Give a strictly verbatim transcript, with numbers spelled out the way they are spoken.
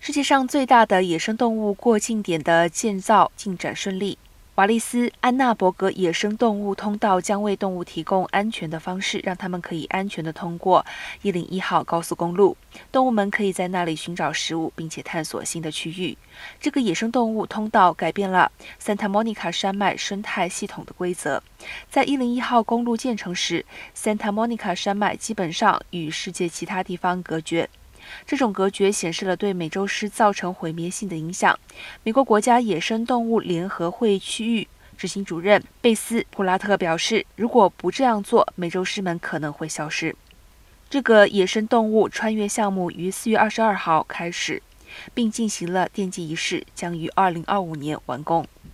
世界上最大的野生动物过境点的建造进展顺利。瓦利斯安纳伯格野生动物通道将为动物提供安全的方式，让它们可以安全地通过一零一号高速公路。动物们可以在那里寻找食物，并且探索新的区域。这个野生动物通道改变了 Santa Monica 山脉生态系统的规则。在一零一号公路建成时 ，Santa Monica 山脉基本上与世界其他地方隔绝。这种隔绝显示了对美洲狮造成毁灭性的影响。美国国家野生动物联合会区域执行主任贝斯普拉特表示，如果不这样做，美洲狮们可能会消失。这个野生动物穿越项目于四月二十二号开始，并进行了奠基仪式，将于二零二五年完工。